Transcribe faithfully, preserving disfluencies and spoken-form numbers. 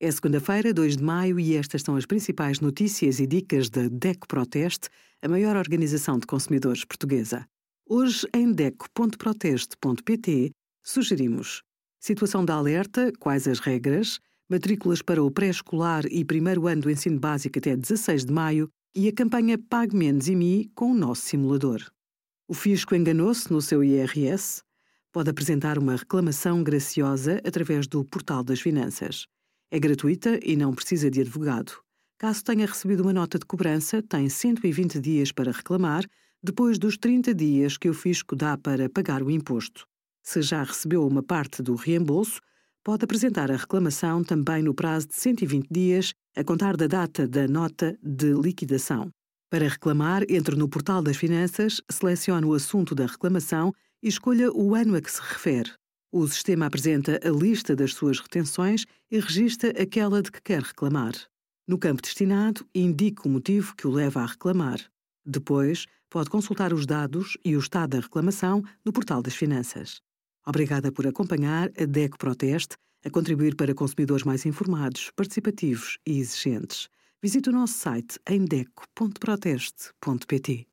É segunda-feira, dois de maio, e estas são as principais notícias e dicas da DECO Proteste, a maior organização de consumidores portuguesa. Hoje, em deco ponto proteste ponto pt, sugerimos situação de alerta, quais as regras, matrículas para o pré-escolar e primeiro ano do ensino básico até dezasseis de maio e a campanha Pague Menos I M I com o nosso simulador. O fisco enganou-se no seu I R S? Pode apresentar uma reclamação graciosa através do Portal das Finanças. É gratuita e não precisa de advogado. Caso tenha recebido uma nota de cobrança, tem cento e vinte dias para reclamar, depois dos trinta dias que o fisco dá para pagar o imposto. Se já recebeu uma parte do reembolso, pode apresentar a reclamação também no prazo de cento e vinte dias, a contar da data da nota de liquidação. Para reclamar, entre no Portal das Finanças, selecione o assunto da reclamação e escolha o ano a que se refere. O sistema apresenta a lista das suas retenções e registra aquela de que quer reclamar. No campo destinado, indique o motivo que o leva a reclamar. Depois, pode consultar os dados e o estado da reclamação no Portal das Finanças. Obrigada por acompanhar a DECO Proteste, a contribuir para consumidores mais informados, participativos e exigentes. Visite o nosso site em deco ponto proteste ponto pt.